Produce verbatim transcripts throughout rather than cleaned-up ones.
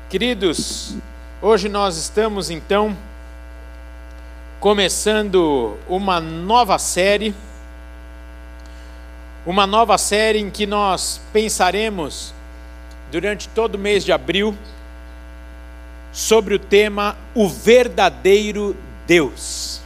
Queridos, hoje nós estamos então começando uma nova série, uma nova série em que nós pensaremos durante todo o mês de abril sobre o tema O Verdadeiro Deus.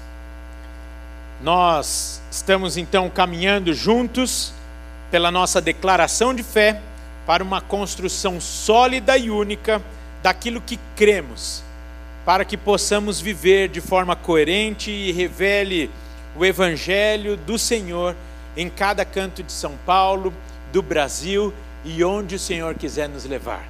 Nós estamos então caminhando juntos pela nossa declaração de fé para uma construção sólida e única daquilo que cremos, para que possamos viver de forma coerente e revele o Evangelho do Senhor em cada canto de São Paulo, do Brasil e onde o Senhor quiser nos levar.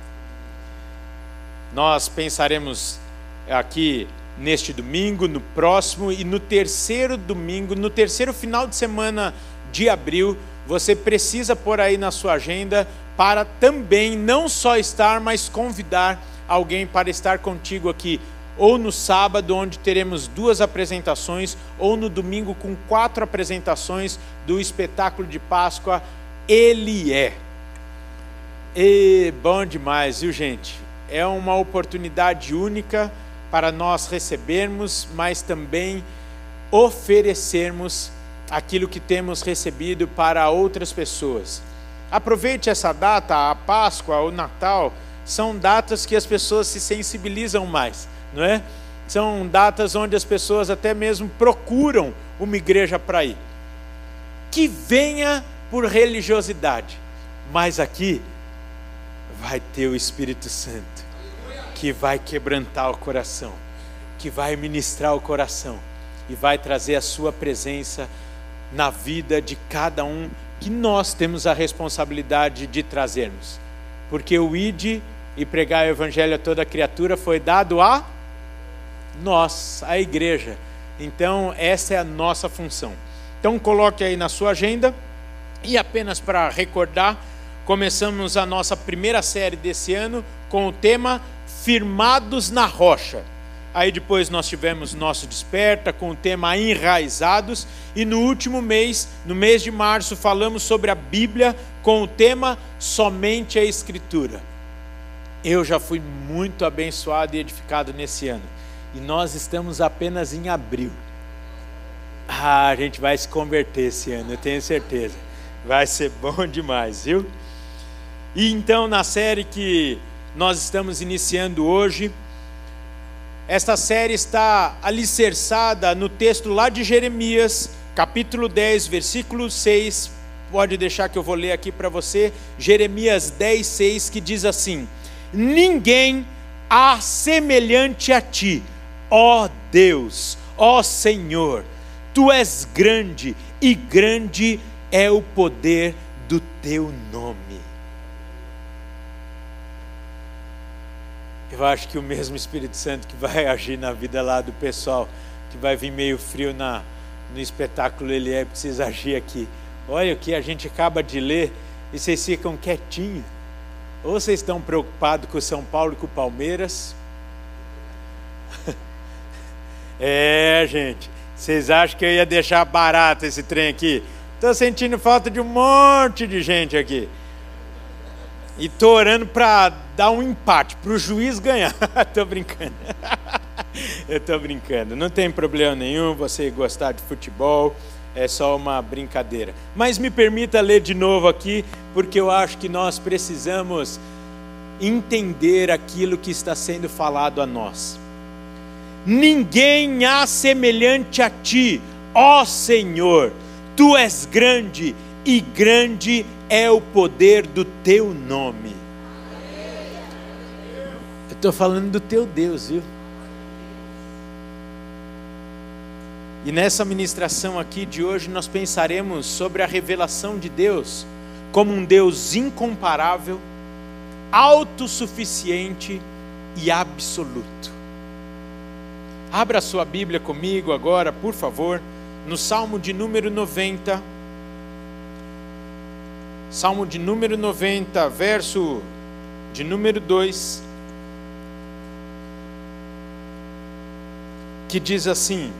Nós pensaremos aqui neste domingo, no próximo e no terceiro domingo, no terceiro final de semana de abril. Você precisa pôr aí na sua agenda para também não só estar, mas convidar alguém para estar contigo aqui, ou no sábado, onde teremos duas apresentações, ou no domingo com quatro apresentações do espetáculo de Páscoa, Ele é. E bom demais, viu, gente? É uma oportunidade única para nós recebermos, mas também oferecermos aquilo que temos recebido para outras pessoas. Aproveite essa data, a Páscoa, o Natal, são datas que as pessoas se sensibilizam mais, não é? São datas onde as pessoas até mesmo procuram uma igreja para ir. Que venha por religiosidade, mas aqui vai ter o Espírito Santo, que vai quebrantar o coração, que vai ministrar o coração e vai trazer a sua presença na vida de cada um que nós temos a responsabilidade de trazermos. Porque o ide e pregar o Evangelho a toda criatura foi dado a nós, a igreja. Então essa é a nossa função. Então coloque aí na sua agenda. E apenas para recordar, começamos a nossa primeira série desse ano com o tema Firmados na Rocha. Aí depois nós tivemos Nosso Desperta com o tema Enraizados. E no último mês, no mês de março, falamos sobre a Bíblia com o tema Somente a Escritura. Eu já fui muito abençoado e edificado nesse ano. E nós estamos apenas em abril. Ah, a gente vai se converter esse ano, eu tenho certeza. Vai ser bom demais, viu? E então, na série que nós estamos iniciando hoje, esta série está alicerçada no texto lá de Jeremias, capítulo dez, versículo seis. Pode deixar que eu vou ler aqui para você. Jeremias dez, seis, que diz assim: ninguém há semelhante a ti, ó Deus, ó Senhor. Tu és grande e grande é o poder do teu nome. Eu acho que o mesmo Espírito Santo que vai agir na vida lá do pessoal, que vai vir meio frio na, no espetáculo Ele é, precisa agir aqui. Olha o que a gente acaba de ler e vocês ficam quietinhos. Ou vocês estão preocupados com o São Paulo e com o Palmeiras? É, gente, vocês acham que eu ia deixar barato esse trem aqui? Estou sentindo falta de um monte de gente aqui. E estou orando para dar um empate, para o juiz ganhar. Estou brincando. Eu estou brincando. Não tem problema nenhum você gostar de futebol. É só uma brincadeira. Mas me permita ler de novo aqui, porque eu acho que nós precisamos entender aquilo que está sendo falado a nós. Ninguém há semelhante a ti, ó Senhor. Tu és grande e grande é o poder do teu nome. Eu estou falando do teu Deus, viu? E nessa ministração aqui de hoje nós pensaremos sobre a revelação de Deus como um Deus incomparável, autossuficiente e absoluto. Abra a sua Bíblia comigo agora, por favor, no Salmo de número noventa. Salmo de número noventa, verso de número dois, que diz assim: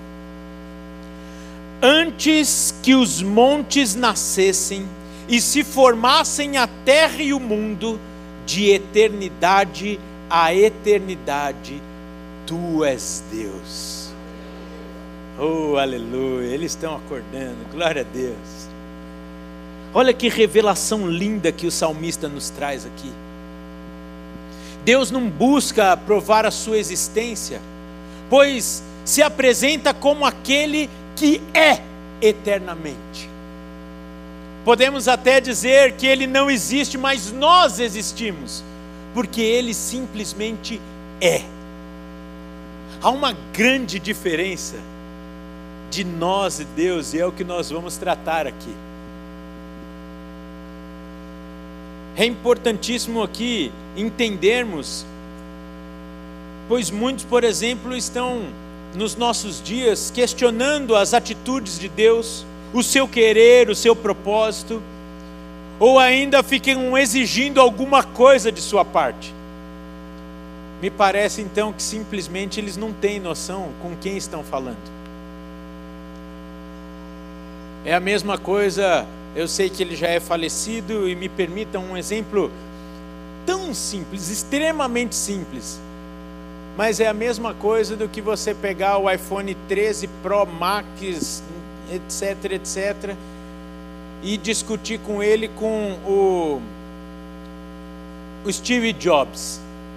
antes que os montes nascessem e se formassem a terra e o mundo, de eternidade a eternidade, tu és Deus. Oh, aleluia, eles estão acordando, glória a Deus. Olha que revelação linda que o salmista nos traz aqui. Deus não busca provar a sua existência, pois se apresenta como aquele que é eternamente. Podemos até dizer que ele não existe, mas nós existimos, porque ele simplesmente é. Há uma grande diferença de nós e Deus, e é o que nós vamos tratar aqui. É importantíssimo aqui entendermos, pois muitos, por exemplo, estão nos nossos dias questionando as atitudes de Deus, o seu querer, o seu propósito, ou ainda ficam exigindo alguma coisa de sua parte. Me parece então que simplesmente eles não têm noção com quem estão falando. É a mesma coisa, eu sei que ele já é falecido, e me permitam um exemplo tão simples, extremamente simples, mas é a mesma coisa do que você pegar o iPhone treze Pro Max, etc, etc, e discutir com ele com o, o Steve Jobs.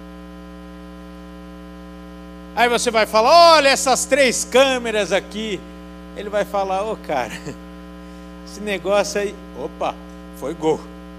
Aí você vai falar, olha essas três câmeras aqui. Ele vai falar, ô oh, cara, esse negócio aí, opa, foi gol.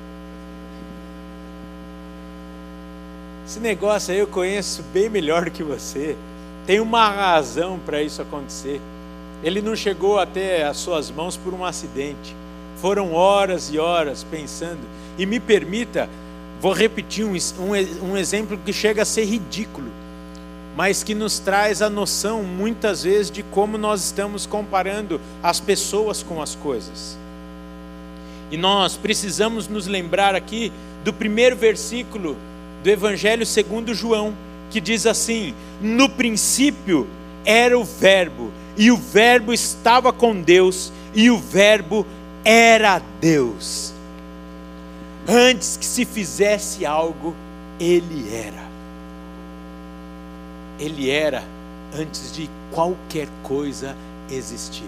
Esse negócio aí eu conheço bem melhor do que você. Tem uma razão para isso acontecer. Ele não chegou até as suas mãos por um acidente. Foram horas e horas pensando. E me permita, vou repetir um, um, um exemplo que chega a ser ridículo, mas que nos traz a noção, muitas vezes, de como nós estamos comparando as pessoas com as coisas. E nós precisamos nos lembrar aqui do primeiro versículo do Evangelho segundo João, que diz assim: no princípio era o Verbo, e o Verbo estava com Deus, e o Verbo era Deus. Antes que se fizesse algo, Ele era. Ele era antes de qualquer coisa existir.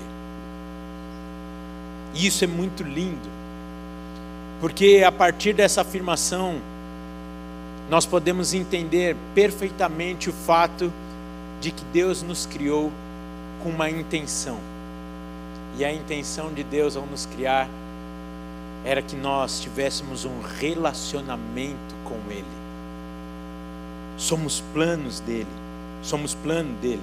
E isso é muito lindo, porque a partir dessa afirmação, nós podemos entender perfeitamente o fato de que Deus nos criou com uma intenção. E a intenção de Deus ao nos criar era que nós tivéssemos um relacionamento com Ele. Somos planos dEle, somos plano dEle.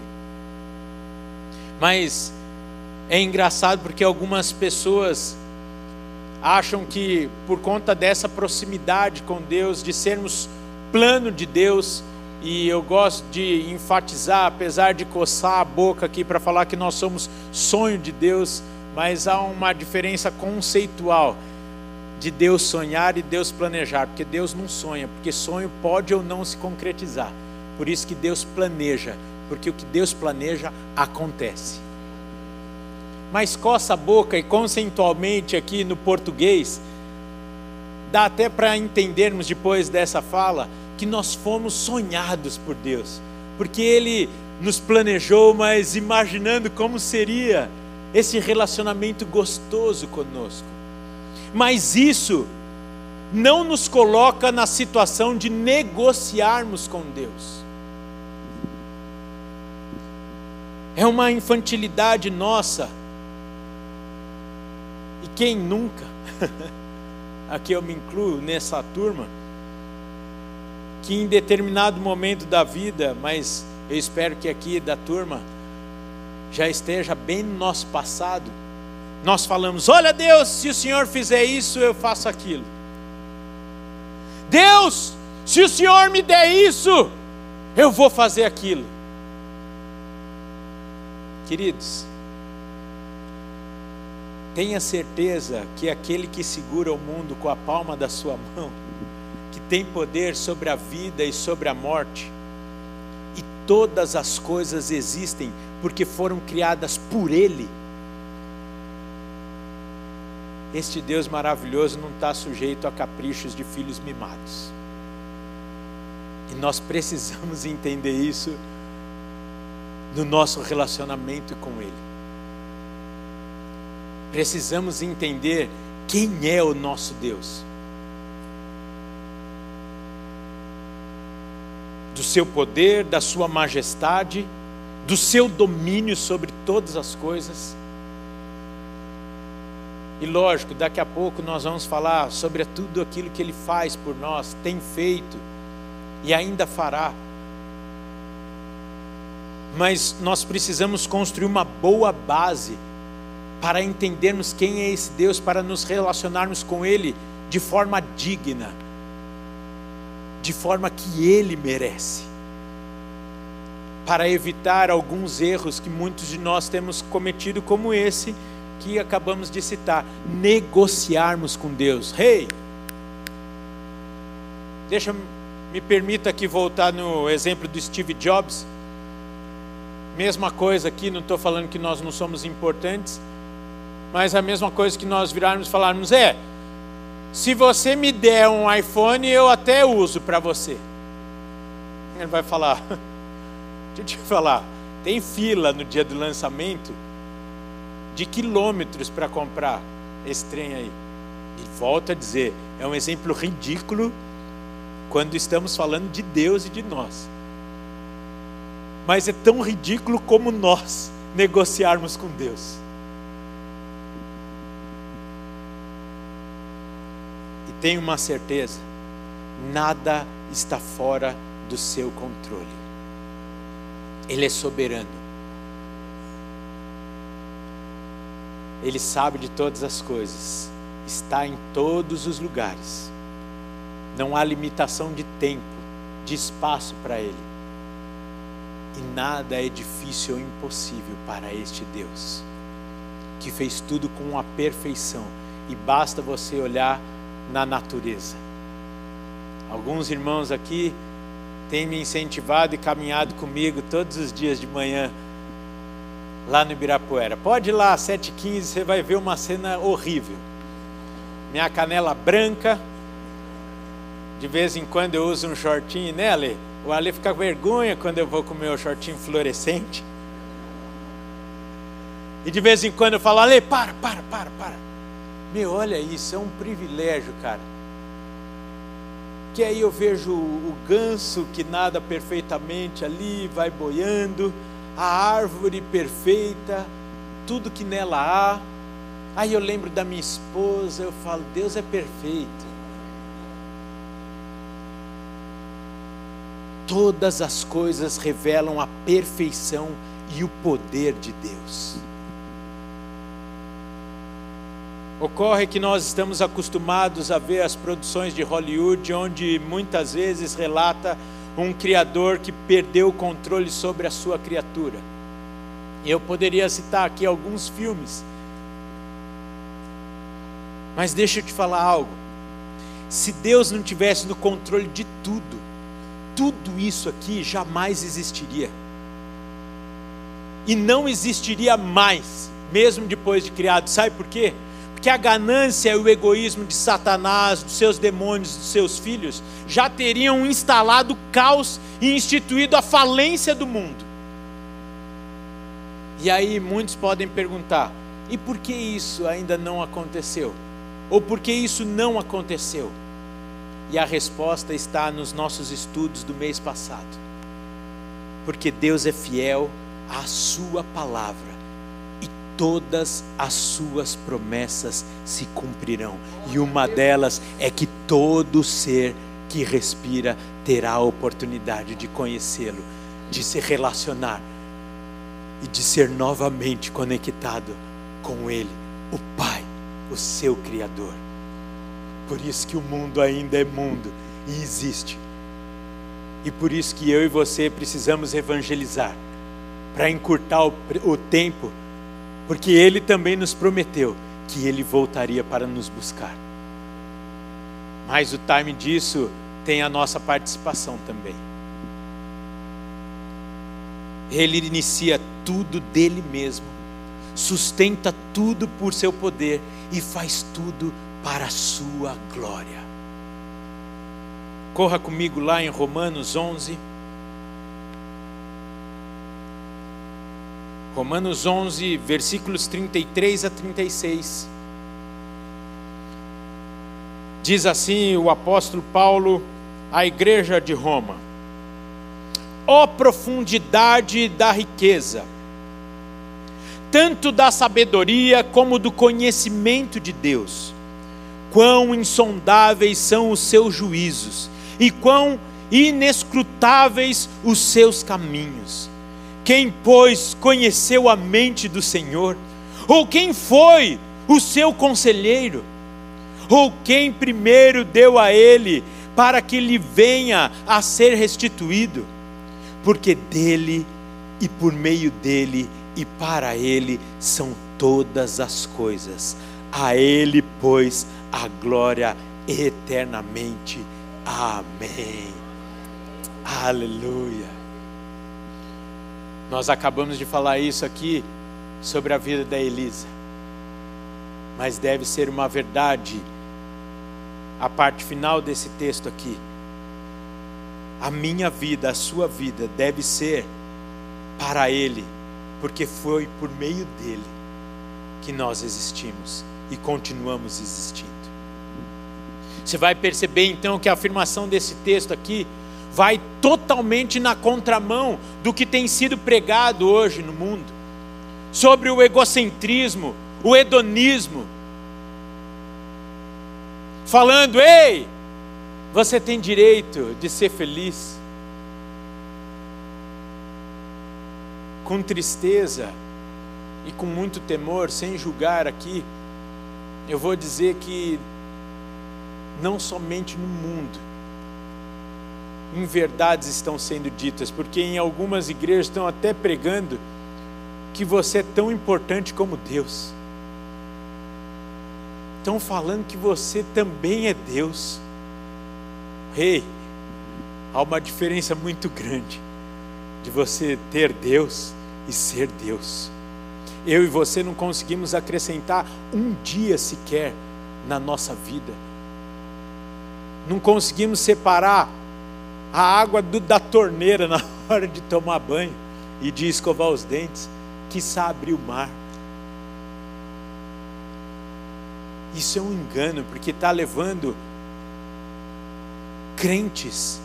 Mas é engraçado porque algumas pessoas acham que por conta dessa proximidade com Deus, de sermos plano de Deus, e eu gosto de enfatizar, apesar de coçar a boca aqui para falar que nós somos sonho de Deus, mas há uma diferença conceitual de Deus sonhar e Deus planejar, porque Deus não sonha, porque sonho pode ou não se concretizar, por isso que Deus planeja, porque o que Deus planeja acontece. Mas coça a boca, e conceitualmente aqui no português, dá até para entendermos depois dessa fala, que nós fomos sonhados por Deus, porque Ele nos planejou, mas imaginando como seria esse relacionamento gostoso conosco. Mas isso não nos coloca na situação de negociarmos com Deus. É uma infantilidade nossa, e quem nunca, aqui eu me incluo nessa turma, que em determinado momento da vida, mas eu espero que aqui da turma já esteja bem no nosso passado, nós falamos: olha Deus, se o Senhor fizer isso, eu faço aquilo. Deus, se o Senhor me der isso, eu vou fazer aquilo. Queridos, tenha certeza que aquele que segura o mundo com a palma da sua mão, que tem poder sobre a vida e sobre a morte, e todas as coisas existem porque foram criadas por Ele. Este Deus maravilhoso não está sujeito a caprichos de filhos mimados. E nós precisamos entender isso no nosso relacionamento com Ele. Precisamos entender quem é o nosso Deus. Do seu poder, da sua majestade, do seu domínio sobre todas as coisas. E lógico, daqui a pouco nós vamos falar sobre tudo aquilo que Ele faz por nós, tem feito e ainda fará. Mas nós precisamos construir uma boa base para entendermos quem é esse Deus, para nos relacionarmos com Ele de forma digna, de forma que Ele merece, para evitar alguns erros que muitos de nós temos cometido, como esse que acabamos de citar: negociarmos com Deus. Hey, deixa, me permita aqui voltar no exemplo do Steve Jobs. Mesma coisa aqui, não estou falando que nós não somos importantes, mas a mesma coisa que nós virarmos e falarmos: é, se você me der um iPhone, eu até uso para você. Ele vai falar, deixa eu te falar, tem fila no dia do lançamento de quilômetros para comprar esse trem aí. E volto a dizer, é um exemplo ridículo quando estamos falando de Deus e de nós. Mas é tão ridículo como nós negociarmos com Deus. E tenho uma certeza: nada está fora do seu controle. Ele é soberano. Ele sabe de todas as coisas. Está em todos os lugares. Não há limitação de tempo, de espaço para Ele. E nada é difícil ou impossível para este Deus, que fez tudo com uma perfeição. E basta você olhar na natureza. Alguns irmãos aqui têm me incentivado e caminhado comigo todos os dias de manhã, lá no Ibirapuera. Pode ir lá às sete e quinze, você vai ver uma cena horrível. Minha canela branca, de vez em quando eu uso um shortinho, né, Ale? O Ale fica com vergonha quando eu vou com o meu shortinho fluorescente. E de vez em quando eu falo: Ale, para, para, para, para. Meu, olha isso, é um privilégio, cara. Que aí eu vejo o ganso que nada perfeitamente ali, vai boiando, a árvore perfeita, tudo que nela há. Aí eu lembro da minha esposa, eu falo: Deus é perfeito. Todas as coisas revelam a perfeição e o poder de Deus. Ocorre que nós estamos acostumados a ver as produções de Hollywood, onde muitas vezes relata um criador que perdeu o controle sobre a sua criatura. Eu poderia citar aqui alguns filmes, mas deixa eu te falar algo. Se Deus não tivesse no controle de tudo, tudo isso aqui jamais existiria. E não existiria mais, mesmo depois de criado. Sabe por quê? Porque a ganância e o egoísmo de Satanás, dos seus demônios, dos seus filhos, já teriam instalado o caos e instituído a falência do mundo. E aí muitos podem perguntar: e por que isso ainda não aconteceu? Ou por que isso não aconteceu? E a resposta está nos nossos estudos do mês passado. Porque Deus é fiel à sua palavra, e todas as suas promessas se cumprirão. E uma delas é que todo ser que respira terá a oportunidade de conhecê-lo, de se relacionar e de ser novamente conectado com Ele, o Pai, o seu Criador. Por isso que o mundo ainda é mundo e existe. E por isso que eu e você precisamos evangelizar, para encurtar o, o tempo, porque Ele também nos prometeu que Ele voltaria para nos buscar. Mas o time disso tem a nossa participação também. Ele inicia tudo dele mesmo, sustenta tudo por seu poder e faz tudo para a sua glória. Corra comigo lá em Romanos onze. Romanos onze, versículos trinta e três a trinta e seis. Diz assim o apóstolo Paulo à igreja de Roma: ó profundidade da riqueza, tanto da sabedoria como do conhecimento de Deus! Quão insondáveis são os seus juízos, e quão inescrutáveis os seus caminhos! Quem, pois, conheceu a mente do Senhor? Ou quem foi o seu conselheiro? Ou quem primeiro deu a ele, para que lhe venha a ser restituído? Porque dele, e por meio dele, e para ele, são todas as coisas. A ele, pois, a glória eternamente. Amém. Aleluia. Nós acabamos de falar isso aqui sobre a vida da Elisa, mas deve ser uma verdade a parte final desse texto aqui. A minha vida, a sua vida deve ser para Ele, porque foi por meio dele que nós existimos e continuamos existindo. Você vai perceber então que a afirmação desse texto aqui vai totalmente na contramão do que tem sido pregado hoje no mundo, sobre o egocentrismo, o hedonismo, falando: ei, você tem direito de ser feliz. Com tristeza e com muito temor, sem julgar aqui, eu vou dizer que não somente no mundo inverdades estão sendo ditas, porque em algumas igrejas estão até pregando que você é tão importante como Deus. Estão falando que você também é Deus. Ei, há uma diferença muito grande de você ter Deus e ser Deus. Eu e você não conseguimos acrescentar um dia sequer na nossa vida. Não conseguimos separar a água do, da torneira na hora de tomar banho e de escovar os dentes, quiçá abrir o mar. Isso é um engano, porque está levando crentes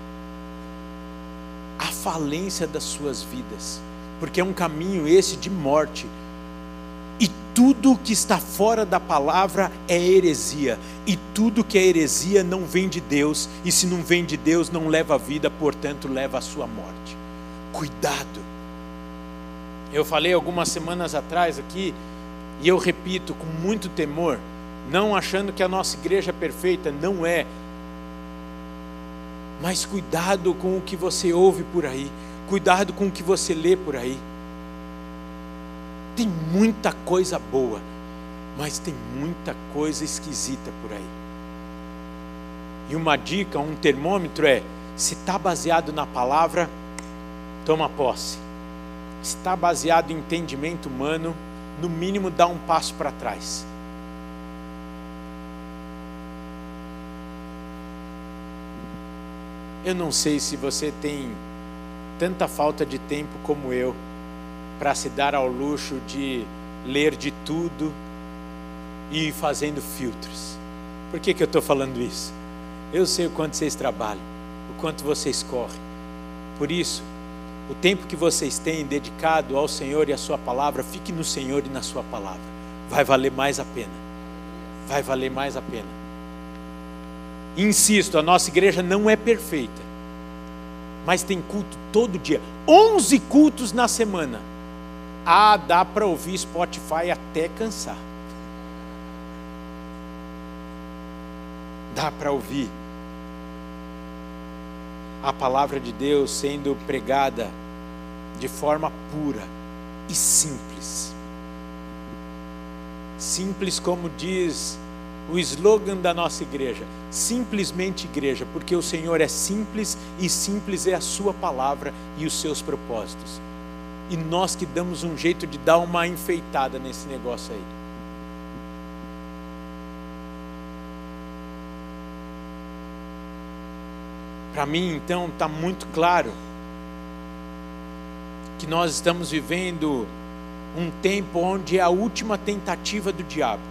à falência das suas vidas, porque é um caminho esse de morte. E tudo que está fora da palavra é heresia, e tudo que é heresia não vem de Deus, e se não vem de Deus não leva a vida, portanto leva a sua morte. Cuidado. Eu falei algumas semanas atrás aqui, e eu repito com muito temor, não achando que a nossa igreja é perfeita, não é, mas cuidado com o que você ouve por aí, cuidado com o que você lê por aí. Tem muita coisa boa, mas tem muita coisa esquisita por aí. E uma dica, um termômetro é: se está baseado na palavra, toma posse. Se está baseado em entendimento humano, no mínimo dá um passo para trás. Eu não sei se você tem tanta falta de tempo como eu para se dar ao luxo de ler de tudo e ir fazendo filtros. Por que que eu estou falando isso? Eu sei o quanto vocês trabalham, o quanto vocês correm. Por isso, o tempo que vocês têm dedicado ao Senhor e à sua palavra, fique no Senhor e na sua palavra. Vai valer mais a pena. Vai valer mais a pena. Insisto, a nossa igreja não é perfeita, mas tem culto todo dia, onze cultos na semana. Ah, dá para ouvir Spotify até cansar. Dá para ouvir a palavra de Deus sendo pregada de forma pura e simples. Simples, como diz o slogan da nossa igreja: simplesmente igreja, porque o Senhor é simples e simples é a sua palavra e os seus propósitos. E nós que damos um jeito de dar uma enfeitada nesse negócio aí. Para mim, então, está muito claro que nós estamos vivendo um tempo onde é a última tentativa do diabo.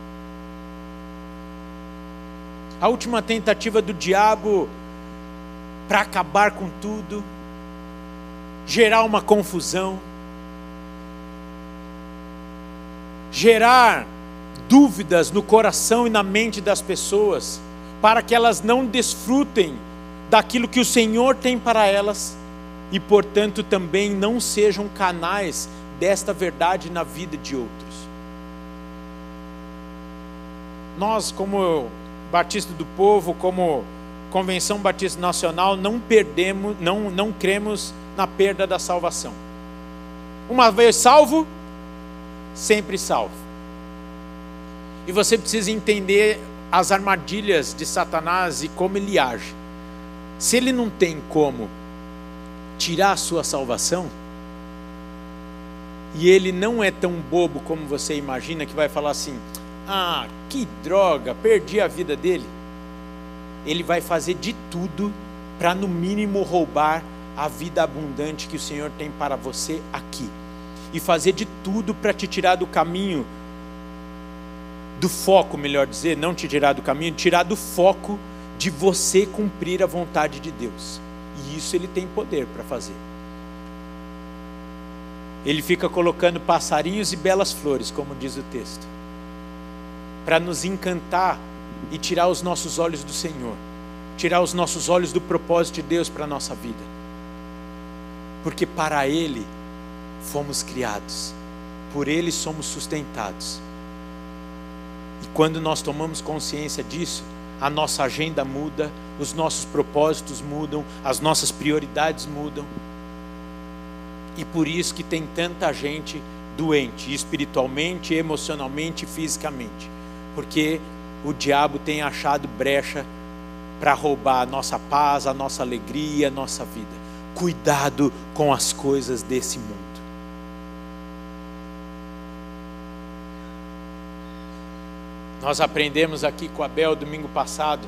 A última tentativa do diabo para acabar com tudo, gerar uma confusão, gerar dúvidas no coração e na mente das pessoas, para que elas não desfrutem daquilo que o Senhor tem para elas e, portanto, também não sejam canais desta verdade na vida de outros. Nós, como Batista do Povo, como Convenção Batista Nacional, não perdemos, não, não cremos na perda da salvação. Uma vez salvo, sempre salvo. E você precisa entender as armadilhas de Satanás e como ele age. Se ele não tem como tirar a sua salvação, e ele não é tão bobo como você imagina, que vai falar assim: ah, que droga, perdi a vida dele. Ele vai fazer de tudo para no mínimo roubar a vida abundante que o Senhor tem para você aqui, e fazer de tudo para te tirar do caminho, do foco, melhor dizer, não te tirar do caminho, tirar do foco de você cumprir a vontade de Deus. E isso ele tem poder para fazer. Ele fica colocando passarinhos e belas flores, como diz o texto, para nos encantar e tirar os nossos olhos do Senhor, tirar os nossos olhos do propósito de Deus para a nossa vida. Porque para Ele fomos criados, por Ele somos sustentados. E quando nós tomamos consciência disso, a nossa agenda muda, os nossos propósitos mudam, as nossas prioridades mudam. E por isso que tem tanta gente doente, espiritualmente, emocionalmente e fisicamente. Porque o diabo tem achado brecha para roubar a nossa paz, a nossa alegria, a nossa vida. Cuidado com as coisas desse mundo. Nós aprendemos aqui com a Bel domingo passado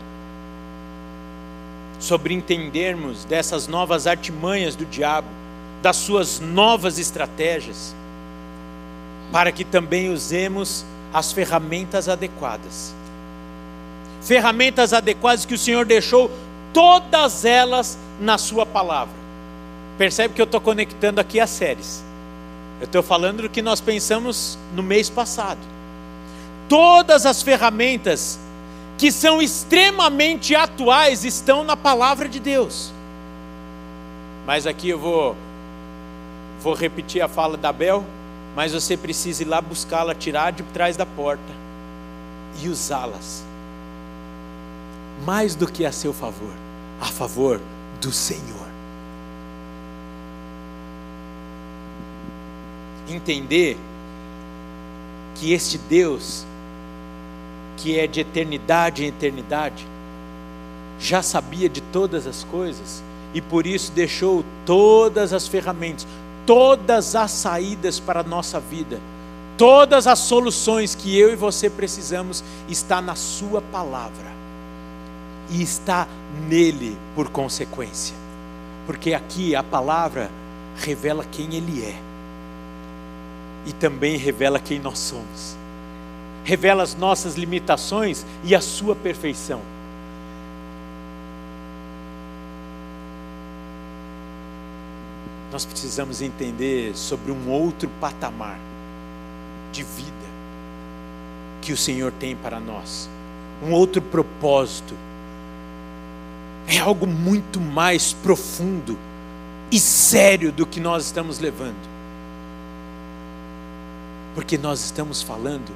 sobre entendermos dessas novas artimanhas do diabo, das suas novas estratégias, para que também usemos as ferramentas adequadas. Ferramentas adequadas que o Senhor deixou, todas elas na sua palavra. Percebe que eu estou conectando aqui as séries. Eu estou falando do que nós pensamos no mês passado. Todas as ferramentas que são extremamente atuais estão na palavra de Deus. Mas aqui eu vou, vou repetir a fala da Bel, mas você precisa ir lá buscá-la, tirar de trás da porta e usá-las. Mais do que a seu favor, a favor do Senhor. Entender que este Deus, que é de eternidade em eternidade, já sabia de todas as coisas e por isso deixou todas as ferramentas, todas as saídas para a nossa vida, todas as soluções que eu e você precisamos está na sua palavra e está nele por consequência, porque aqui a palavra revela quem ele é e também revela quem nós somos. Revela as nossas limitações e a sua perfeição. Nós precisamos entender sobre um outro patamar de vida que o Senhor tem para nós, um outro propósito. É algo muito mais profundo e sério do que nós estamos levando, porque nós estamos falando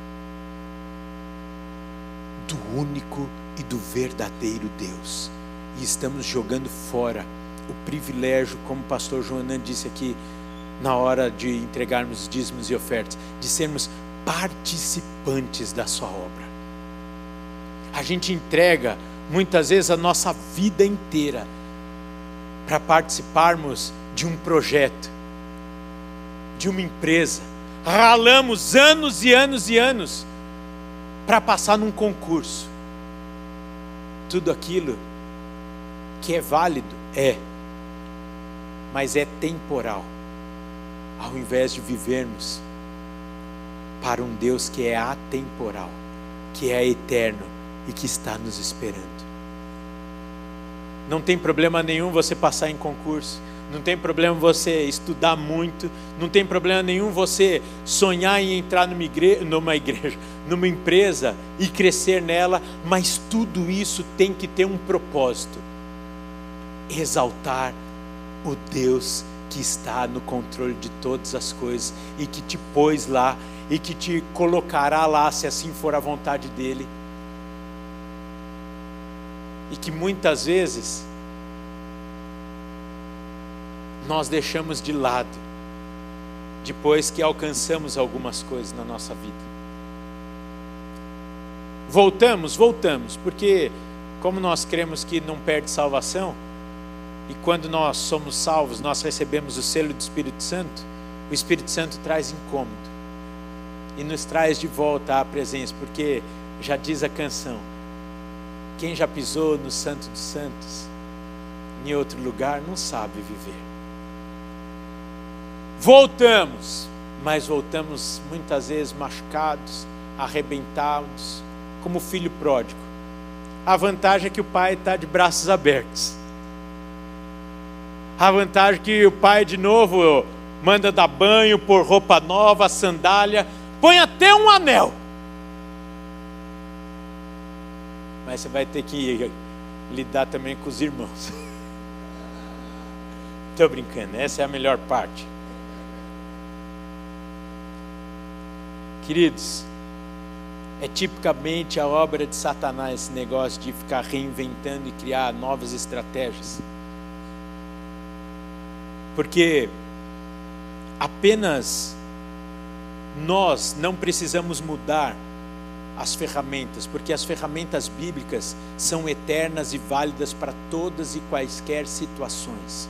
do único e do verdadeiro Deus, e estamos jogando fora o privilégio, como o pastor Joanan disse aqui na hora de entregarmos dízimos e ofertas, de sermos participantes da sua obra. A gente entrega muitas vezes a nossa vida inteira para participarmos de um projeto, de uma empresa, ralamos anos e anos e anos para passar num concurso. Tudo aquilo que é válido, é, mas é temporal, ao invés de vivermos para um Deus que é atemporal, que é eterno e que está nos esperando. Não tem problema nenhum você passar em concurso, não tem problema você estudar muito, não tem problema nenhum você sonhar em entrar numa igreja, numa igreja, numa empresa e crescer nela, mas tudo isso tem que ter um propósito: exaltar o Deus que está no controle de todas as coisas e que te pôs lá e que te colocará lá, se assim for a vontade dele. E que muitas vezes nós deixamos de lado depois que alcançamos algumas coisas na nossa vida. Voltamos, voltamos, porque como nós cremos que não perde salvação, e quando nós somos salvos, nós recebemos o selo do Espírito Santo, o Espírito Santo traz incômodo e nos traz de volta à presença, porque já diz a canção: quem já pisou no Santo dos Santos, em outro lugar, não sabe viver. Voltamos, mas voltamos muitas vezes machucados, arrebentados, como filho pródigo. A vantagem é que o pai está de braços abertos. A vantagem é que o pai de novo manda dar banho, pôr roupa nova, sandália, põe até um anel. Mas você vai ter que lidar também com os irmãos. Estou brincando, essa é a melhor parte. Queridos, é tipicamente a obra de Satanás esse negócio de ficar reinventando e criar novas estratégias. Porque apenas nós não precisamos mudar as ferramentas, porque as ferramentas bíblicas são eternas e válidas para todas e quaisquer situações.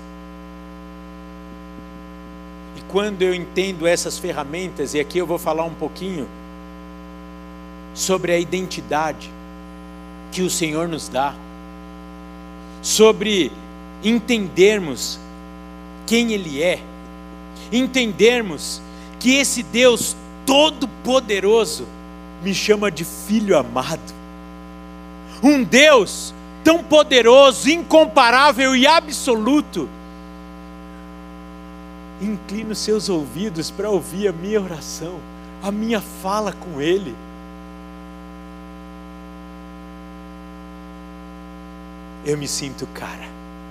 E quando eu entendo essas ferramentas, e aqui eu vou falar um pouquinho sobre a identidade que o Senhor nos dá, sobre entendermos quem Ele é, entendermos que esse Deus Todo-Poderoso me chama de filho amado, um Deus tão poderoso, incomparável e absoluto. Inclina os seus ouvidos para ouvir a minha oração, a minha fala com Ele. Eu me sinto cara.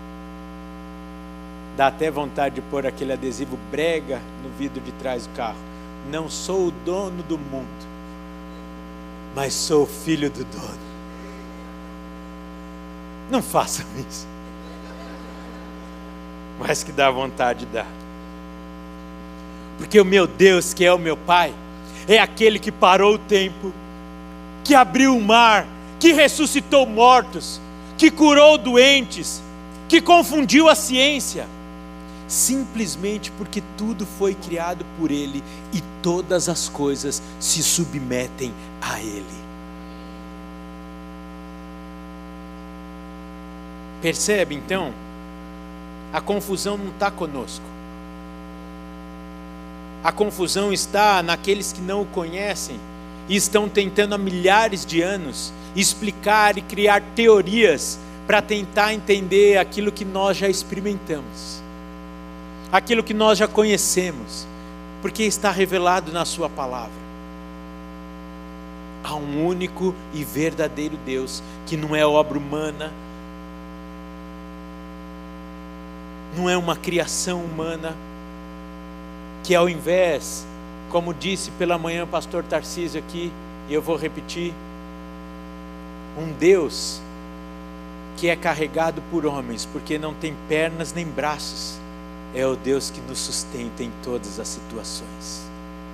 Dá até vontade de pôr aquele adesivo brega no vidro de trás do carro. Não sou o dono do mundo, mas sou o filho do dono. Não façam isso. Mas que dá vontade de dar. Porque o meu Deus, que é o meu Pai, é aquele que parou o tempo, que abriu o mar, que ressuscitou mortos, que curou doentes, que confundiu a ciência, simplesmente porque tudo foi criado por Ele e todas as coisas se submetem a Ele. Percebe então? A confusão não está conosco. A confusão está naqueles que não o conhecem e estão tentando há milhares de anos explicar e criar teorias para tentar entender aquilo que nós já experimentamos, aquilo que nós já conhecemos, porque está revelado na sua palavra. Há um único e verdadeiro Deus, que não é obra humana, não é uma criação humana, que ao invés, como disse pela manhã o pastor Tarcísio aqui, e eu vou repetir, um Deus que é carregado por homens, porque não tem pernas nem braços, é o Deus que nos sustenta em todas as situações.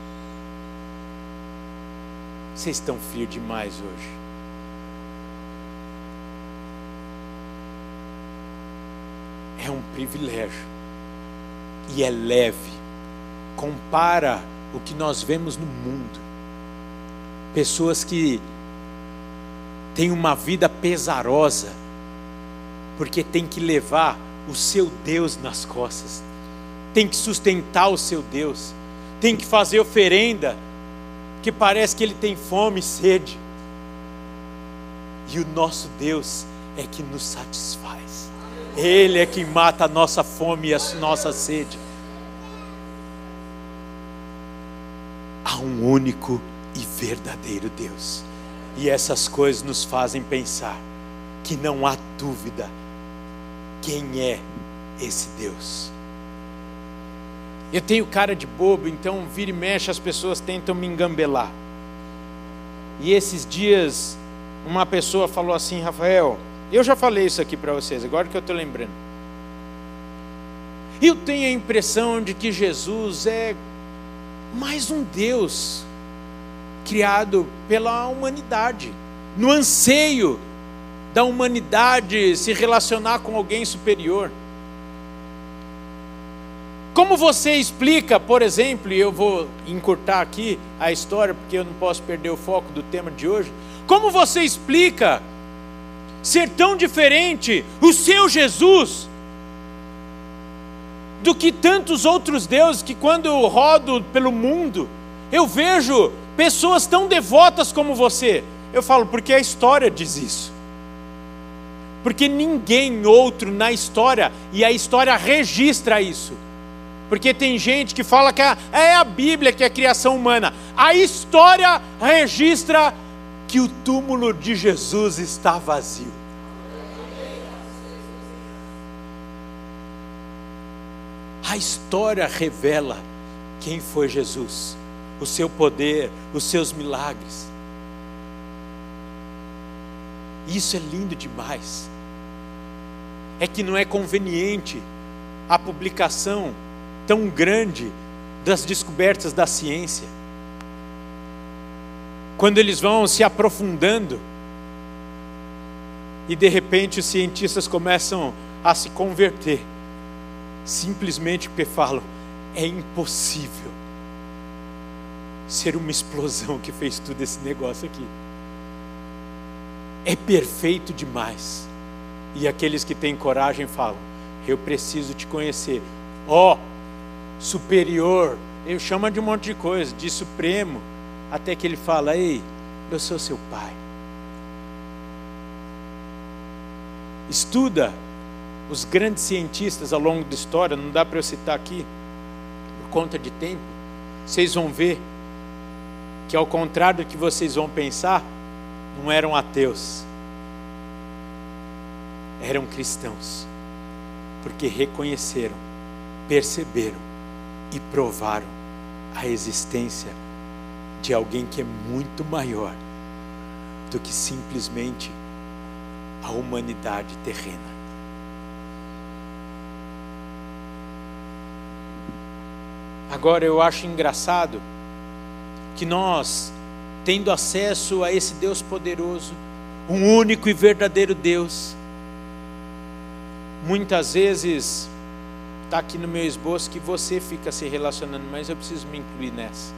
Vocês estão frios demais hoje. É um privilégio e é leve. Compara o que nós vemos no mundo. Pessoas que têm uma vida pesarosa, porque tem que levar o seu Deus nas costas, tem que sustentar o seu Deus, tem que fazer oferenda, que parece que ele tem fome e sede, e o nosso Deus é que nos satisfaz, Ele é quem mata a nossa fome e a nossa sede. Há um único e verdadeiro Deus, e essas coisas nos fazem pensar que não há dúvida quem é esse Deus. Eu tenho cara de bobo, então vira e mexe as pessoas tentam me engambelar. E esses dias uma pessoa falou assim: Rafael, eu já falei isso aqui para vocês, agora que eu estou lembrando. Eu tenho a impressão de que Jesus é mais um Deus criado pela humanidade, no anseio da humanidade se relacionar com alguém superior. Como você explica, por exemplo, e eu vou encurtar aqui a história, porque eu não posso perder o foco do tema de hoje. Como você explica ser tão diferente o seu Jesus do que tantos outros deuses que, quando eu rodo pelo mundo, eu vejo pessoas tão devotas como você? Eu falo, porque a história diz isso. Porque ninguém outro na história, e a história registra isso. Porque tem gente que fala que é a Bíblia que é a criação humana. A história registra que o túmulo de Jesus está vazio. A história revela quem foi Jesus, o seu poder, os seus milagres. Isso é lindo demais. É que não é conveniente a publicação tão grande das descobertas da ciência. Quando eles vão se aprofundando e de repente os cientistas começam a se converter, simplesmente porque falam, é impossível ser uma explosão que fez tudo esse negócio aqui. É perfeito demais. E aqueles que têm coragem falam, eu preciso te conhecer. Ó, oh, superior, ele chama de um monte de coisa, de supremo, até que ele fala, ei, eu sou seu pai. Estuda os grandes cientistas ao longo da história, não dá para eu citar aqui, por conta de tempo. Vocês vão ver que, ao contrário do que vocês vão pensar, não eram ateus, eram cristãos, porque reconheceram, perceberam e provaram a existência de alguém que é muito maior do que simplesmente a humanidade terrena. Agora, eu acho engraçado que nós, tendo acesso a esse Deus poderoso, um único e verdadeiro Deus, muitas vezes está aqui no meu esboço que você fica se relacionando, mas eu preciso me incluir nessa.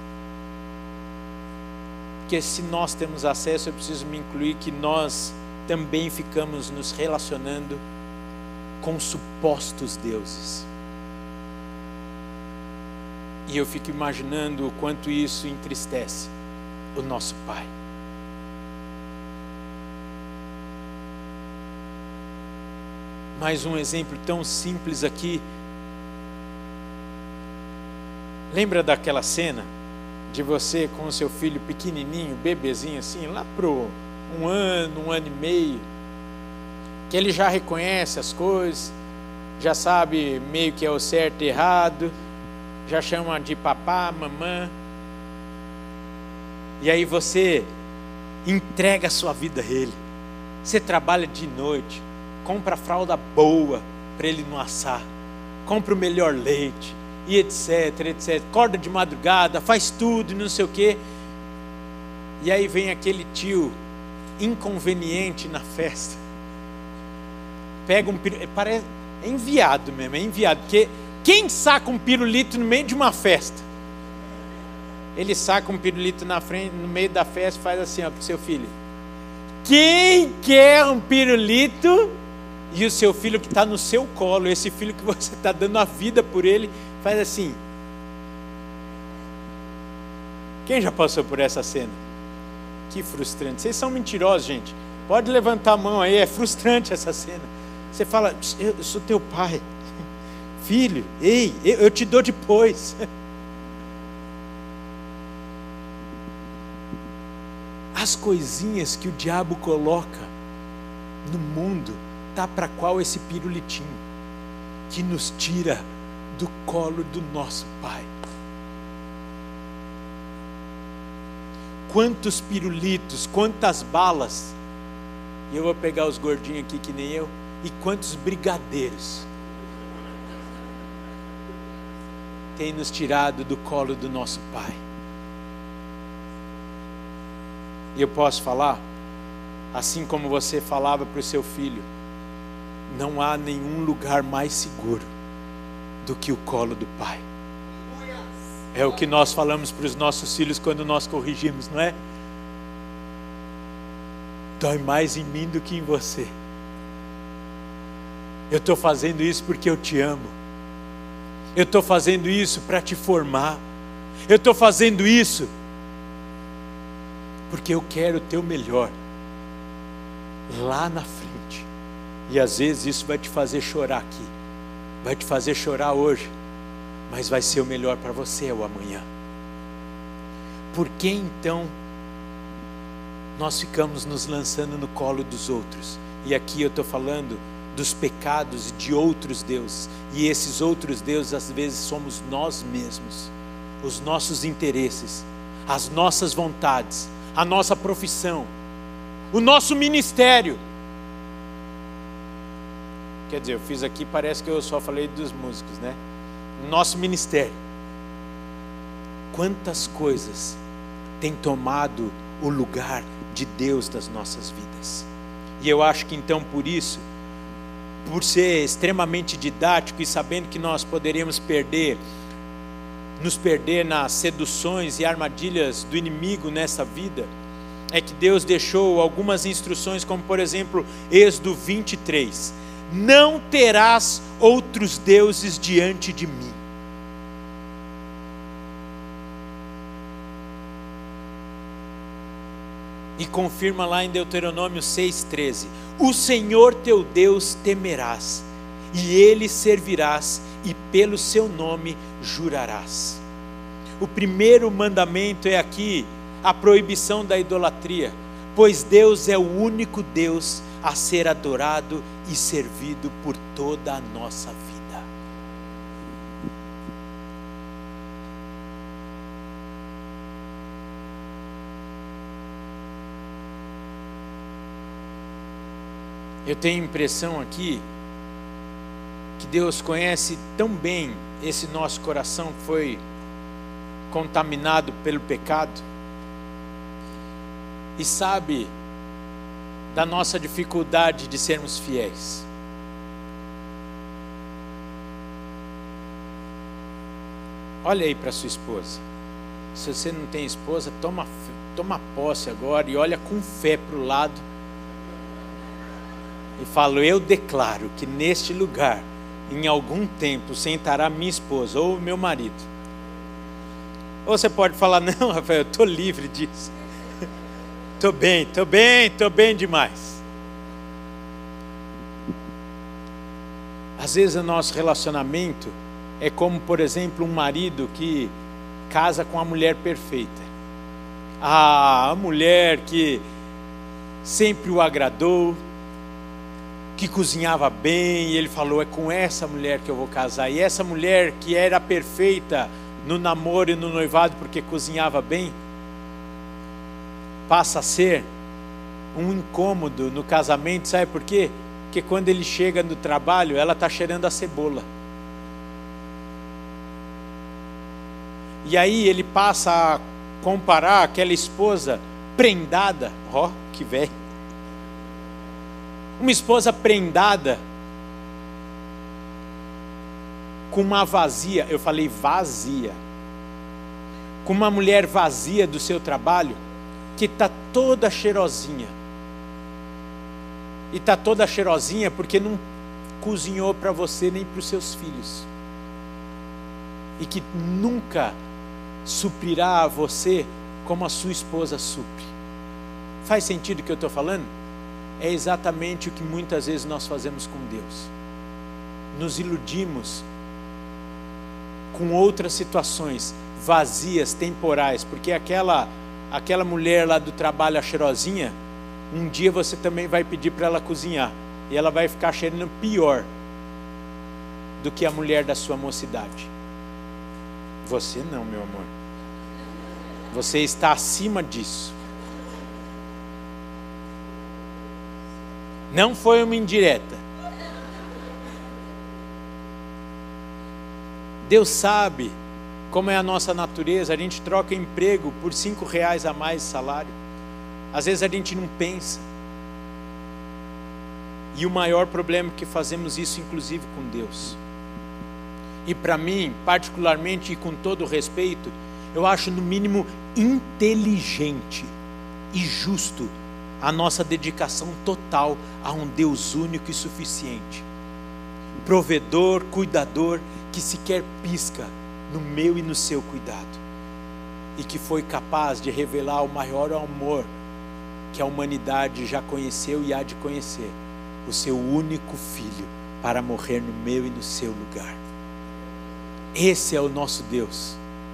Porque se nós temos acesso, eu preciso me incluir que nós também ficamos nos relacionando com supostos deuses. E eu fico imaginando o quanto isso entristece o nosso Pai. Mais um exemplo tão simples aqui. Lembra daquela cena de você com o seu filho pequenininho, bebezinho assim, lá pro um ano, um ano e meio, que ele já reconhece as coisas, já sabe meio que é o certo e errado, já chama de papá, mamã, e aí você entrega a sua vida a ele. Você trabalha de noite, compra fralda boa para ele não assar, compra o melhor leite, e etc, etc, acorda de madrugada, faz tudo e não sei o quê. E aí vem aquele tio inconveniente na festa, pega um pirulito, parece, é enviado mesmo, é enviado, porque quem saca um pirulito no meio de uma festa? Ele saca um pirulito na frente, no meio da festa, faz assim, ó, pro seu filho: quem quer um pirulito E o seu filho que está no seu colo, esse filho que você está dando a vida por ele, faz assim. Quem já passou por essa cena? Que frustrante. Vocês são mentirosos, gente. Pode levantar a mão aí, é frustrante essa cena. Você fala, eu sou teu pai. Filho, ei, eu te dou depois. As coisinhas que o diabo coloca no mundo, tá para qual esse pirulitinho que nos tira do colo do nosso Pai. Quantos pirulitos, quantas balas, e eu vou pegar os gordinhos aqui que nem eu, e quantos brigadeiros tem nos tirado do colo do nosso Pai. E eu posso falar, assim como você falava para o seu filho, não há nenhum lugar mais seguro do que o colo do Pai. É o que nós falamos para os nossos filhos quando nós corrigimos, não é? Dói mais em mim do que em você. Eu estou fazendo isso porque eu te amo. Eu estou fazendo isso para te formar. Eu estou fazendo isso porque eu quero o teu melhor lá na frente. E às vezes isso vai te fazer chorar aqui, vai te fazer chorar hoje, mas vai ser o melhor para você o amanhã. Por que então nós ficamos nos lançando no colo dos outros? E aqui eu estou falando dos pecados de outros deuses, e esses outros deuses às vezes somos nós mesmos, os nossos interesses, as nossas vontades, a nossa profissão, o nosso ministério. Quer dizer, eu fiz aqui, parece que eu só falei dos músicos, né? Nosso ministério. Quantas coisas tem tomado o lugar de Deus das nossas vidas? E eu acho que então por isso, por ser extremamente didático e sabendo que nós poderíamos perder, nos perder nas seduções e armadilhas do inimigo nessa vida, é que Deus deixou algumas instruções, como por exemplo, Êxodo vinte e três. Não terás outros deuses diante de mim. E confirma lá em Deuteronômio seis, treze. O Senhor teu Deus temerás, e Ele servirás, e pelo seu nome jurarás. O primeiro mandamento é aqui a proibição da idolatria, pois Deus é o único Deus a ser adorado e servido por toda a nossa vida. Eu tenho a impressão aqui que Deus conhece tão bem esse nosso coração que foi contaminado pelo pecado, e sabe da nossa dificuldade de sermos fiéis. Olha aí para sua esposa. Se você não tem esposa, toma, toma posse agora e olha com fé para o lado e fala: eu declaro que neste lugar, em algum tempo, sentará minha esposa ou meu marido. Ou você pode falar: não, Rafael, eu estou livre disso. Estou bem, estou bem, estou bem demais. Às vezes o nosso relacionamento é como, por exemplo, um marido que casa com a mulher perfeita. Ah, a mulher que sempre o agradou, que cozinhava bem, e ele falou: é com essa mulher que eu vou casar. E essa mulher que era perfeita no namoro e no noivado porque cozinhava bem, passa a ser um incômodo no casamento. Sabe por quê? Porque quando ele chega no trabalho, ela está cheirando a cebola. E aí ele passa a comparar aquela esposa prendada, ó, oh, que velho, uma esposa prendada com uma vazia, eu falei vazia, com uma mulher vazia do seu trabalho, que está toda cheirosinha, e está toda cheirosinha porque não cozinhou para você nem para os seus filhos. E que nunca suprirá a você como a sua esposa supre. Faz sentido o que eu estou falando? É exatamente o que muitas vezes nós fazemos com Deus. Nos iludimos com outras situações vazias, temporais, porque aquela, aquela mulher lá do trabalho, a cheirosinha, um dia você também vai pedir para ela cozinhar, e ela vai ficar cheirando pior do que a mulher da sua mocidade. Você não, meu amor. Você está acima disso. Não foi uma indireta. Deus sabe como é a nossa natureza. A gente troca emprego por cinco reais a mais de salário. Às vezes a gente não pensa. E o maior problema é que fazemos isso inclusive com Deus. E para mim, particularmente e com todo respeito, eu acho no mínimo inteligente e justo a nossa dedicação total a um Deus único e suficiente. Provedor, cuidador, que sequer pisca no meu e no seu cuidado. E que foi capaz de revelar o maior amor que a humanidade já conheceu e há de conhecer. O seu único filho para morrer no meu e no seu lugar. Esse é o nosso Deus.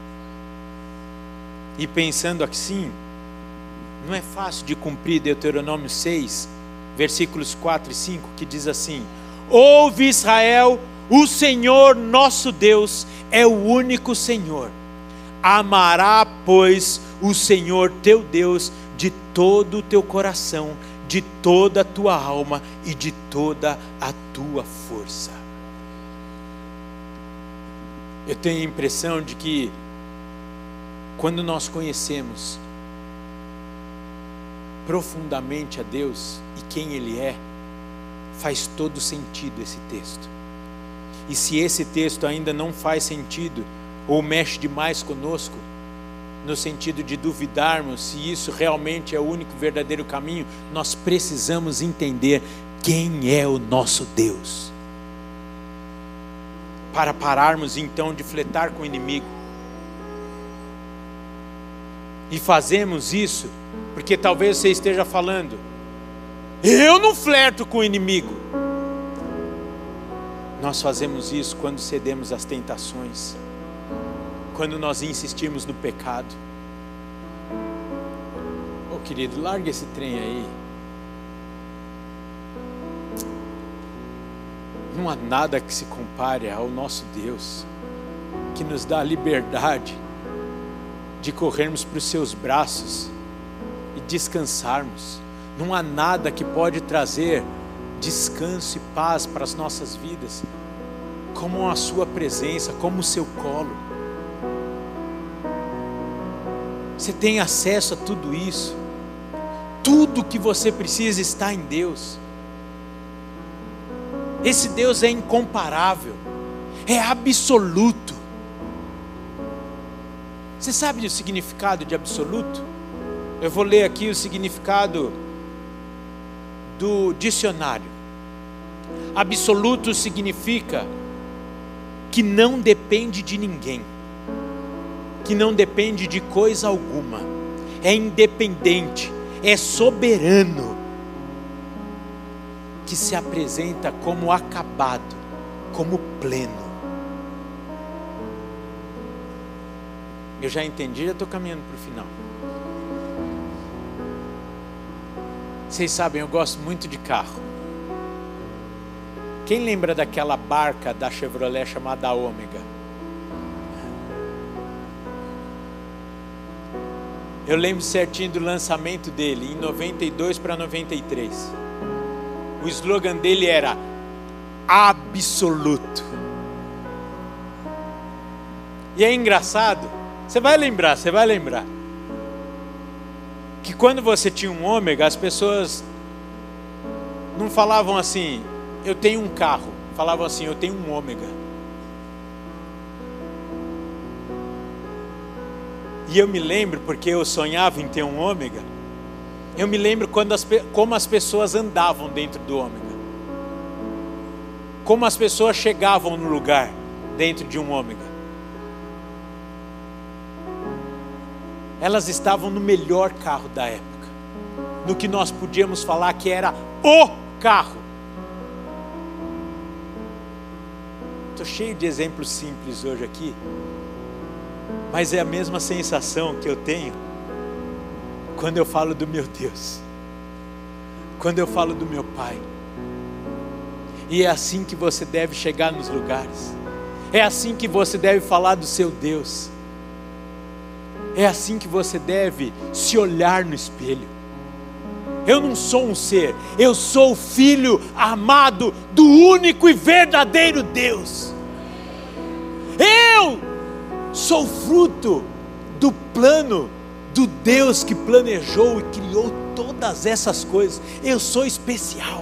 E pensando assim, não é fácil de cumprir Deuteronômio seis, versículos quatro e cinco, que diz assim: ouve Israel, o Senhor nosso Deus é o único Senhor. Amará, pois, o Senhor teu Deus de todo o teu coração, de toda a tua alma e de toda a tua força. Eu tenho a impressão de que quando nós conhecemos profundamente a Deus e quem Ele é, faz todo sentido esse texto. E se esse texto ainda não faz sentido, ou mexe demais conosco, no sentido de duvidarmos se isso realmente é o único verdadeiro caminho, nós precisamos entender quem é o nosso Deus. Para pararmos então de fletar com o inimigo. E fazemos isso porque talvez você esteja falando: eu não flerto com o inimigo. Nós fazemos isso quando cedemos às tentações, quando nós insistimos no pecado. Ô querido, larga esse trem aí. Não há nada que se compare ao nosso Deus, que nos dá a liberdade de corrermos para os seus braços e descansarmos. Não há nada que pode trazer descanso e paz para as nossas vidas como a sua presença, como o seu colo. Você tem acesso a tudo isso. Tudo que você precisa está em Deus. Esse Deus é incomparável, é absoluto. Você sabe o significado de absoluto? Eu vou ler aqui o significado do dicionário. Absoluto significa que não depende de ninguém, que não depende de coisa alguma, é independente, é soberano, que se apresenta como acabado, como pleno. Eu já entendi, já estou caminhando para o final. Vocês sabem, eu gosto muito de carro. Quem lembra daquela barca da Chevrolet chamada Ômega? Eu lembro certinho do lançamento dele, em noventa e dois para noventa e três. O slogan dele era absoluto. E é engraçado, você vai lembrar, você vai lembrar, que quando você tinha um Ômega, as pessoas não falavam assim, eu tenho um carro, falavam assim, eu tenho um Ômega. E eu me lembro, porque eu sonhava em ter um Ômega, Eu me lembro quando as, como as pessoas andavam dentro do ômega. Como as pessoas chegavam no lugar dentro de um ômega. Elas estavam no melhor carro da época. No que nós podíamos falar que era o carro. Estou cheio de exemplos simples hoje aqui. Mas é a mesma sensação que eu tenho quando eu falo do meu Deus. Quando eu falo do meu Pai. E é assim que você deve chegar nos lugares. É assim que você deve falar do seu Deus. É assim que você deve se olhar no espelho. Eu não sou um ser, eu sou o filho amado do único e verdadeiro Deus. Eu sou fruto do plano do Deus que planejou e criou todas essas coisas. Eu sou especial.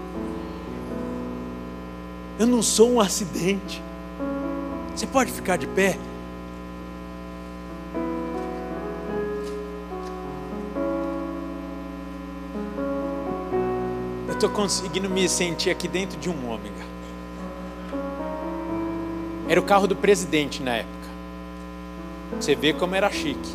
Eu não sou um acidente. Você pode ficar de pé? Eu estou conseguindo me sentir aqui dentro de um ômega. Era o carro do presidente na época. Você vê como era chique.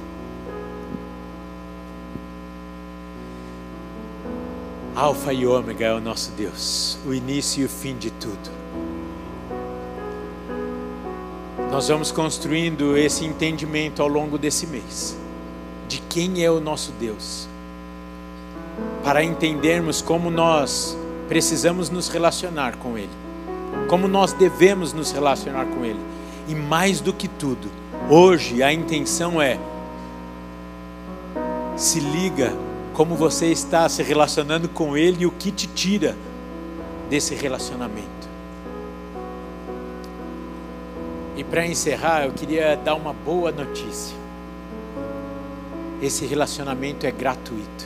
Alfa e ômega é o nosso Deus, o início e o fim de tudo. Nós vamos construindo esse entendimento ao longo desse mês, de quem é o nosso Deus, para entendermos como nós precisamos nos relacionar com Ele, como nós devemos nos relacionar com Ele, e mais do que tudo, hoje a intenção é, se liga como você está se relacionando com Ele e o que te tira desse relacionamento. E para encerrar, eu queria dar uma boa notícia. Esse relacionamento é gratuito.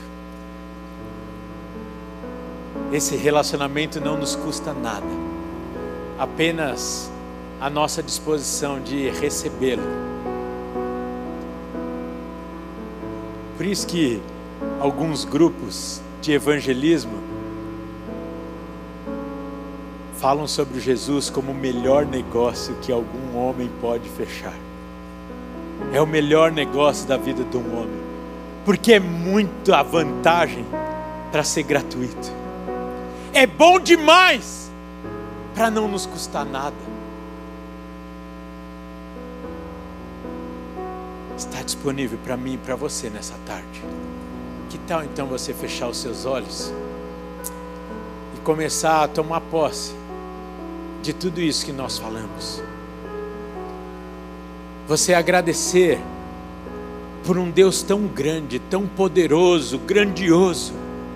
Esse relacionamento não nos custa nada. Apenas a nossa disposição de recebê-lo. Por isso que alguns grupos de evangelismo falam sobre Jesus como o melhor negócio que algum homem pode fechar. É o melhor negócio da vida de um homem, porque é muita vantagem para ser gratuito. É bom demais para não nos custar nada. Está disponível para mim e para você nessa tarde. Que tal então você fechar os seus olhos e começar a tomar posse de tudo isso que nós falamos? Você agradecer por um Deus tão grande, tão poderoso, grandioso.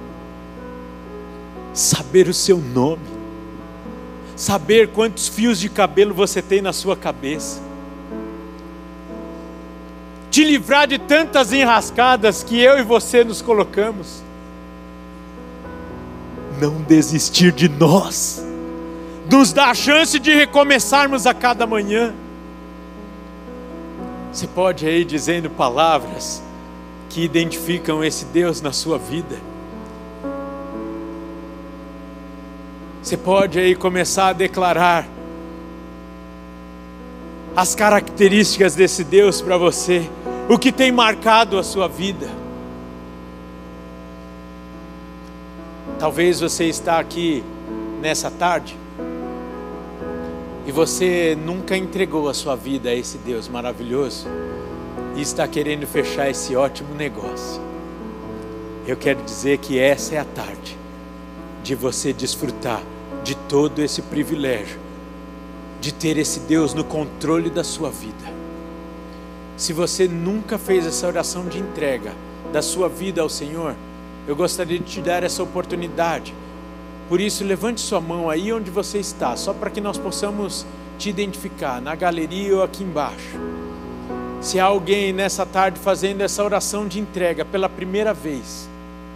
Saber o seu nome, saber quantos fios de cabelo você tem na sua cabeça, te livrar de tantas enrascadas que eu e você nos colocamos, não desistir de nós, nos dá a chance de recomeçarmos a cada manhã. Você pode aí dizendo palavras que identificam esse Deus na sua vida. Você pode aí começar a declarar as características desse Deus para você, o que tem marcado a sua vida. Talvez você está aqui nessa tarde e você nunca entregou a sua vida a esse Deus maravilhoso e está querendo fechar esse ótimo negócio. Eu quero dizer que essa é a tarde de você desfrutar de todo esse privilégio, de ter esse Deus no controle da sua vida. Se você nunca fez essa oração de entrega da sua vida ao Senhor, eu gostaria de te dar essa oportunidade. Por isso, levante sua mão aí onde você está, só para que nós possamos te identificar, na galeria ou aqui embaixo. Se há alguém nessa tarde fazendo essa oração de entrega pela primeira vez,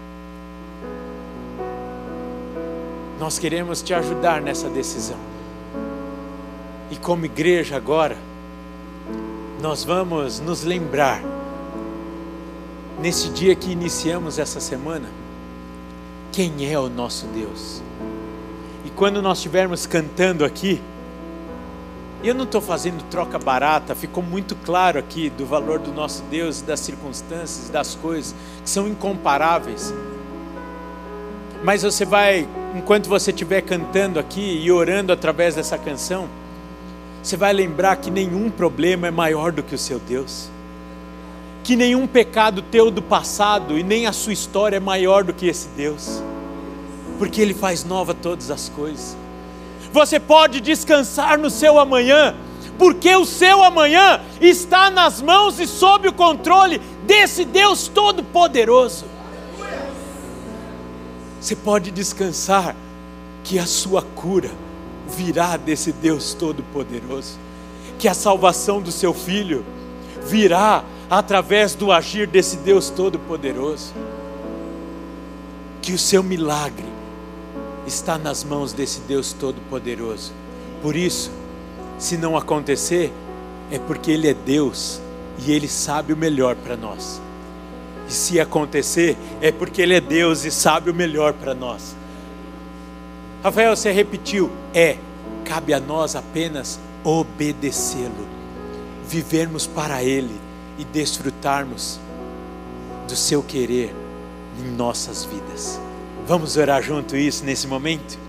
nós queremos te ajudar nessa decisão. E como igreja agora, nós vamos nos lembrar nesse dia que iniciamos essa semana, quem é o nosso Deus. E quando nós estivermos cantando aqui, eu não estou fazendo troca barata, ficou muito claro aqui do valor do nosso Deus, das circunstâncias, das coisas que são incomparáveis. Mas você vai, enquanto você estiver cantando aqui e orando através dessa canção, você vai lembrar que nenhum problema é maior do que o seu Deus, que nenhum pecado teu do passado e nem a sua história é maior do que esse Deus, porque Ele faz nova todas as coisas. Você pode descansar no seu amanhã, porque o seu amanhã está nas mãos e sob o controle desse Deus Todo-Poderoso. Você pode descansar que a sua cura virá desse Deus Todo-Poderoso, que a salvação do seu filho virá através do agir desse Deus Todo-Poderoso, que o seu milagre está nas mãos desse Deus Todo-Poderoso. Por isso, se não acontecer, é porque Ele é Deus e Ele sabe o melhor para nós. E se acontecer, é porque Ele é Deus e sabe o melhor para nós. Rafael, você repetiu, é, cabe a nós apenas obedecê-lo, vivermos para Ele e desfrutarmos do seu querer em nossas vidas. Vamos orar junto isso nesse momento?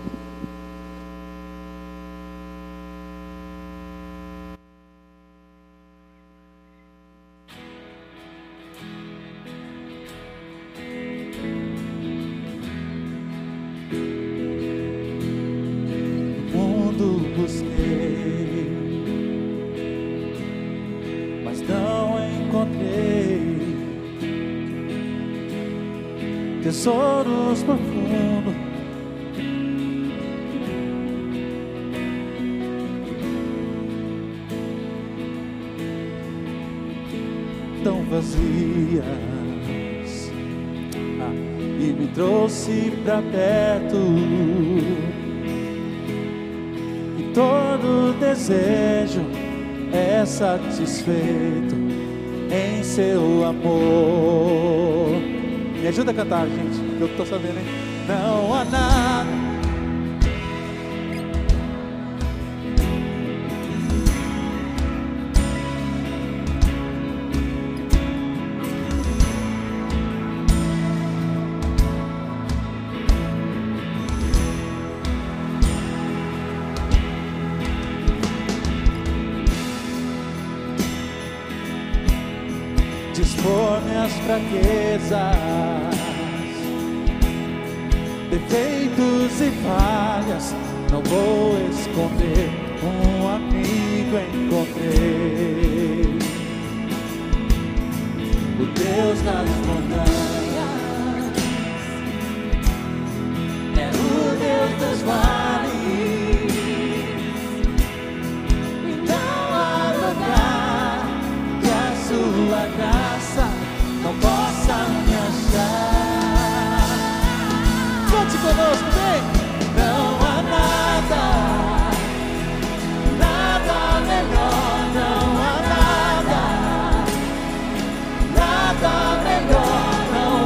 No mundo busquei, mas não encontrei tesouros profundos. Tão vazias, ah, e me trouxe pra perto. E todo desejo é satisfeito em seu amor. Me ajuda a cantar, gente, que eu tô sabendo, hein? Não há nada dispor minhas fraquezas, defeitos e falhas, não vou esconder, um amigo encontrei, o Deus das montanhas, é o Deus dos vales, e não há lugar que a sua graça não possa me achar. Cante conosco, vem! Não há nada, nada melhor, não há nada, nada melhor, não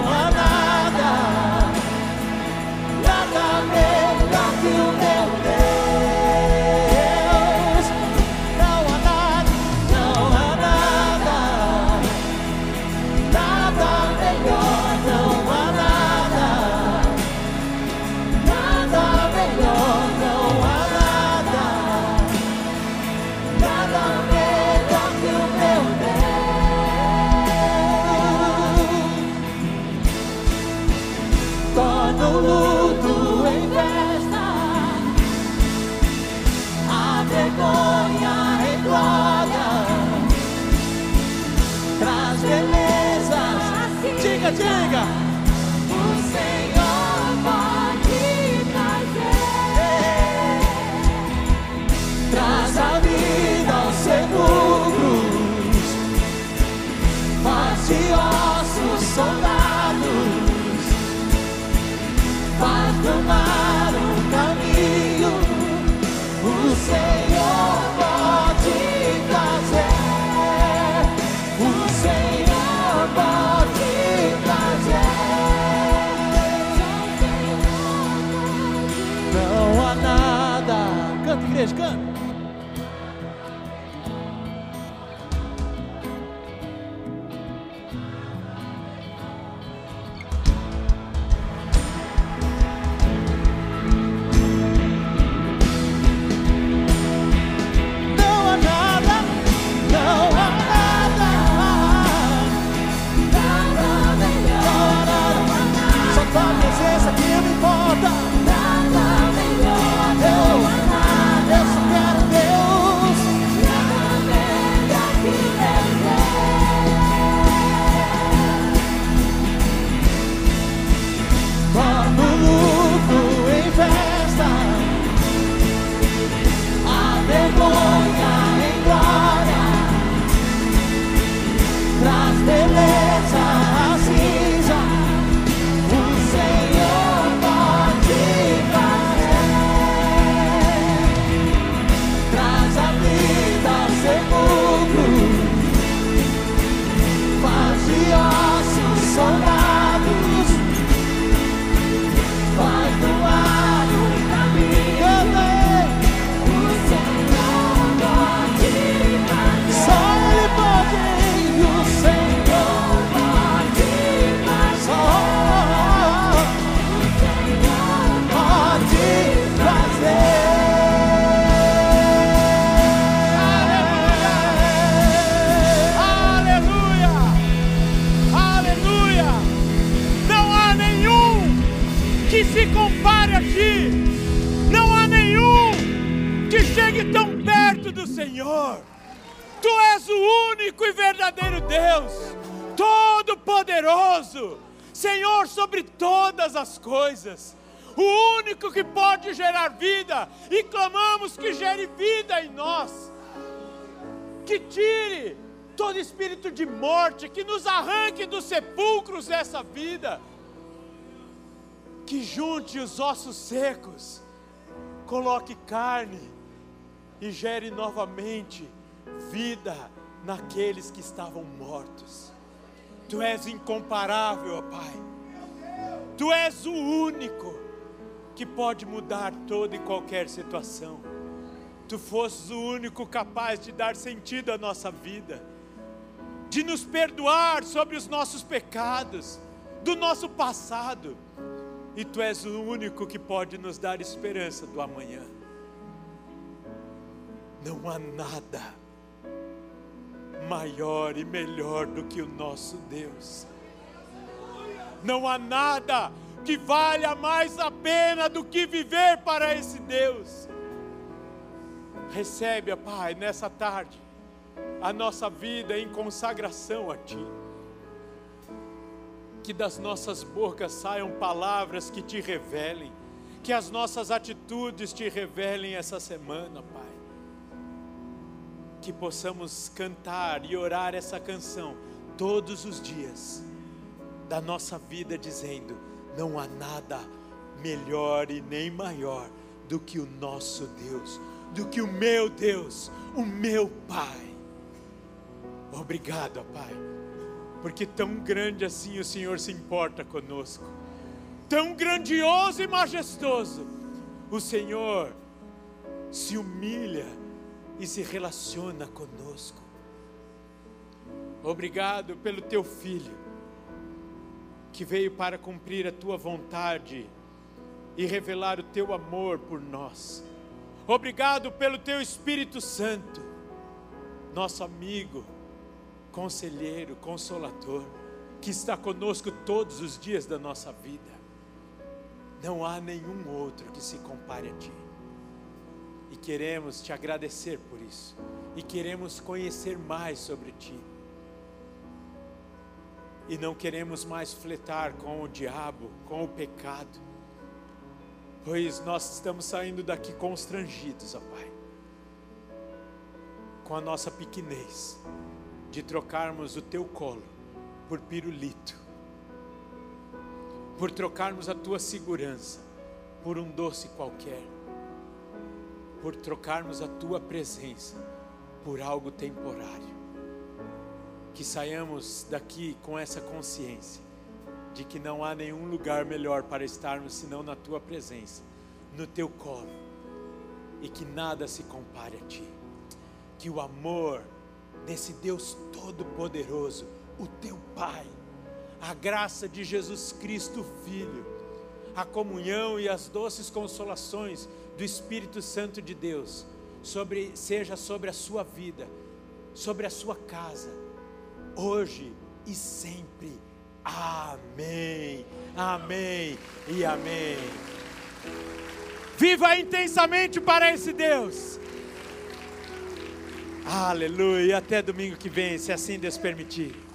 igreja, canta. Senhor, Tu és o único e verdadeiro Deus, Todo-Poderoso, Senhor sobre todas as coisas, o único que pode gerar vida, e clamamos que gere vida em nós, que tire todo espírito de morte, que nos arranque dos sepulcros dessa vida, que junte os ossos secos, coloque carne, e gere novamente vida naqueles que estavam mortos. Tu és incomparável, ó Pai. Tu és o único que pode mudar toda e qualquer situação. Tu fosses o único capaz de dar sentido à nossa vida, de nos perdoar sobre os nossos pecados, do nosso passado. E Tu és o único que pode nos dar esperança do amanhã. Não há nada maior e melhor do que o nosso Deus. Não há nada que valha mais a pena do que viver para esse Deus. Recebe, ó Pai, nessa tarde, a nossa vida em consagração a Ti. Que das nossas bocas saiam palavras que Te revelem, que as nossas atitudes Te revelem essa semana, Pai. Que possamos cantar e orar essa canção todos os dias da nossa vida, dizendo: não há nada melhor e nem maior do que o nosso Deus, do que o meu Deus, o meu Pai. Obrigado, ó Pai, porque tão grande assim o Senhor se importa conosco, tão grandioso e majestoso o Senhor se humilha e se relaciona conosco. Obrigado pelo Teu Filho, que veio para cumprir a Tua vontade e revelar o Teu amor por nós. Obrigado pelo Teu Espírito Santo, nosso amigo, conselheiro, consolador, que está conosco todos os dias da nossa vida. Não há nenhum outro que se compare a Ti. E queremos Te agradecer por isso. E queremos conhecer mais sobre Ti. E não queremos mais fletar com o diabo, com o pecado. Pois nós estamos saindo daqui constrangidos, ó Pai. Com a nossa pequenez, de trocarmos o Teu colo por pirulito. Por trocarmos a Tua segurança por um doce qualquer. Por trocarmos a Tua presença por algo temporário. Que saiamos daqui com essa consciência de que não há nenhum lugar melhor para estarmos senão na Tua presença, no Teu colo, e que nada se compare a Ti. Que o amor desse Deus Todo-Poderoso, o Teu Pai, a graça de Jesus Cristo Filho, a comunhão e as doces consolações do Espírito Santo de Deus, sobre, seja sobre a sua vida, sobre a sua casa, hoje e sempre. Amém, amém e amém. Viva intensamente para esse Deus. Aleluia, até domingo que vem, se assim Deus permitir.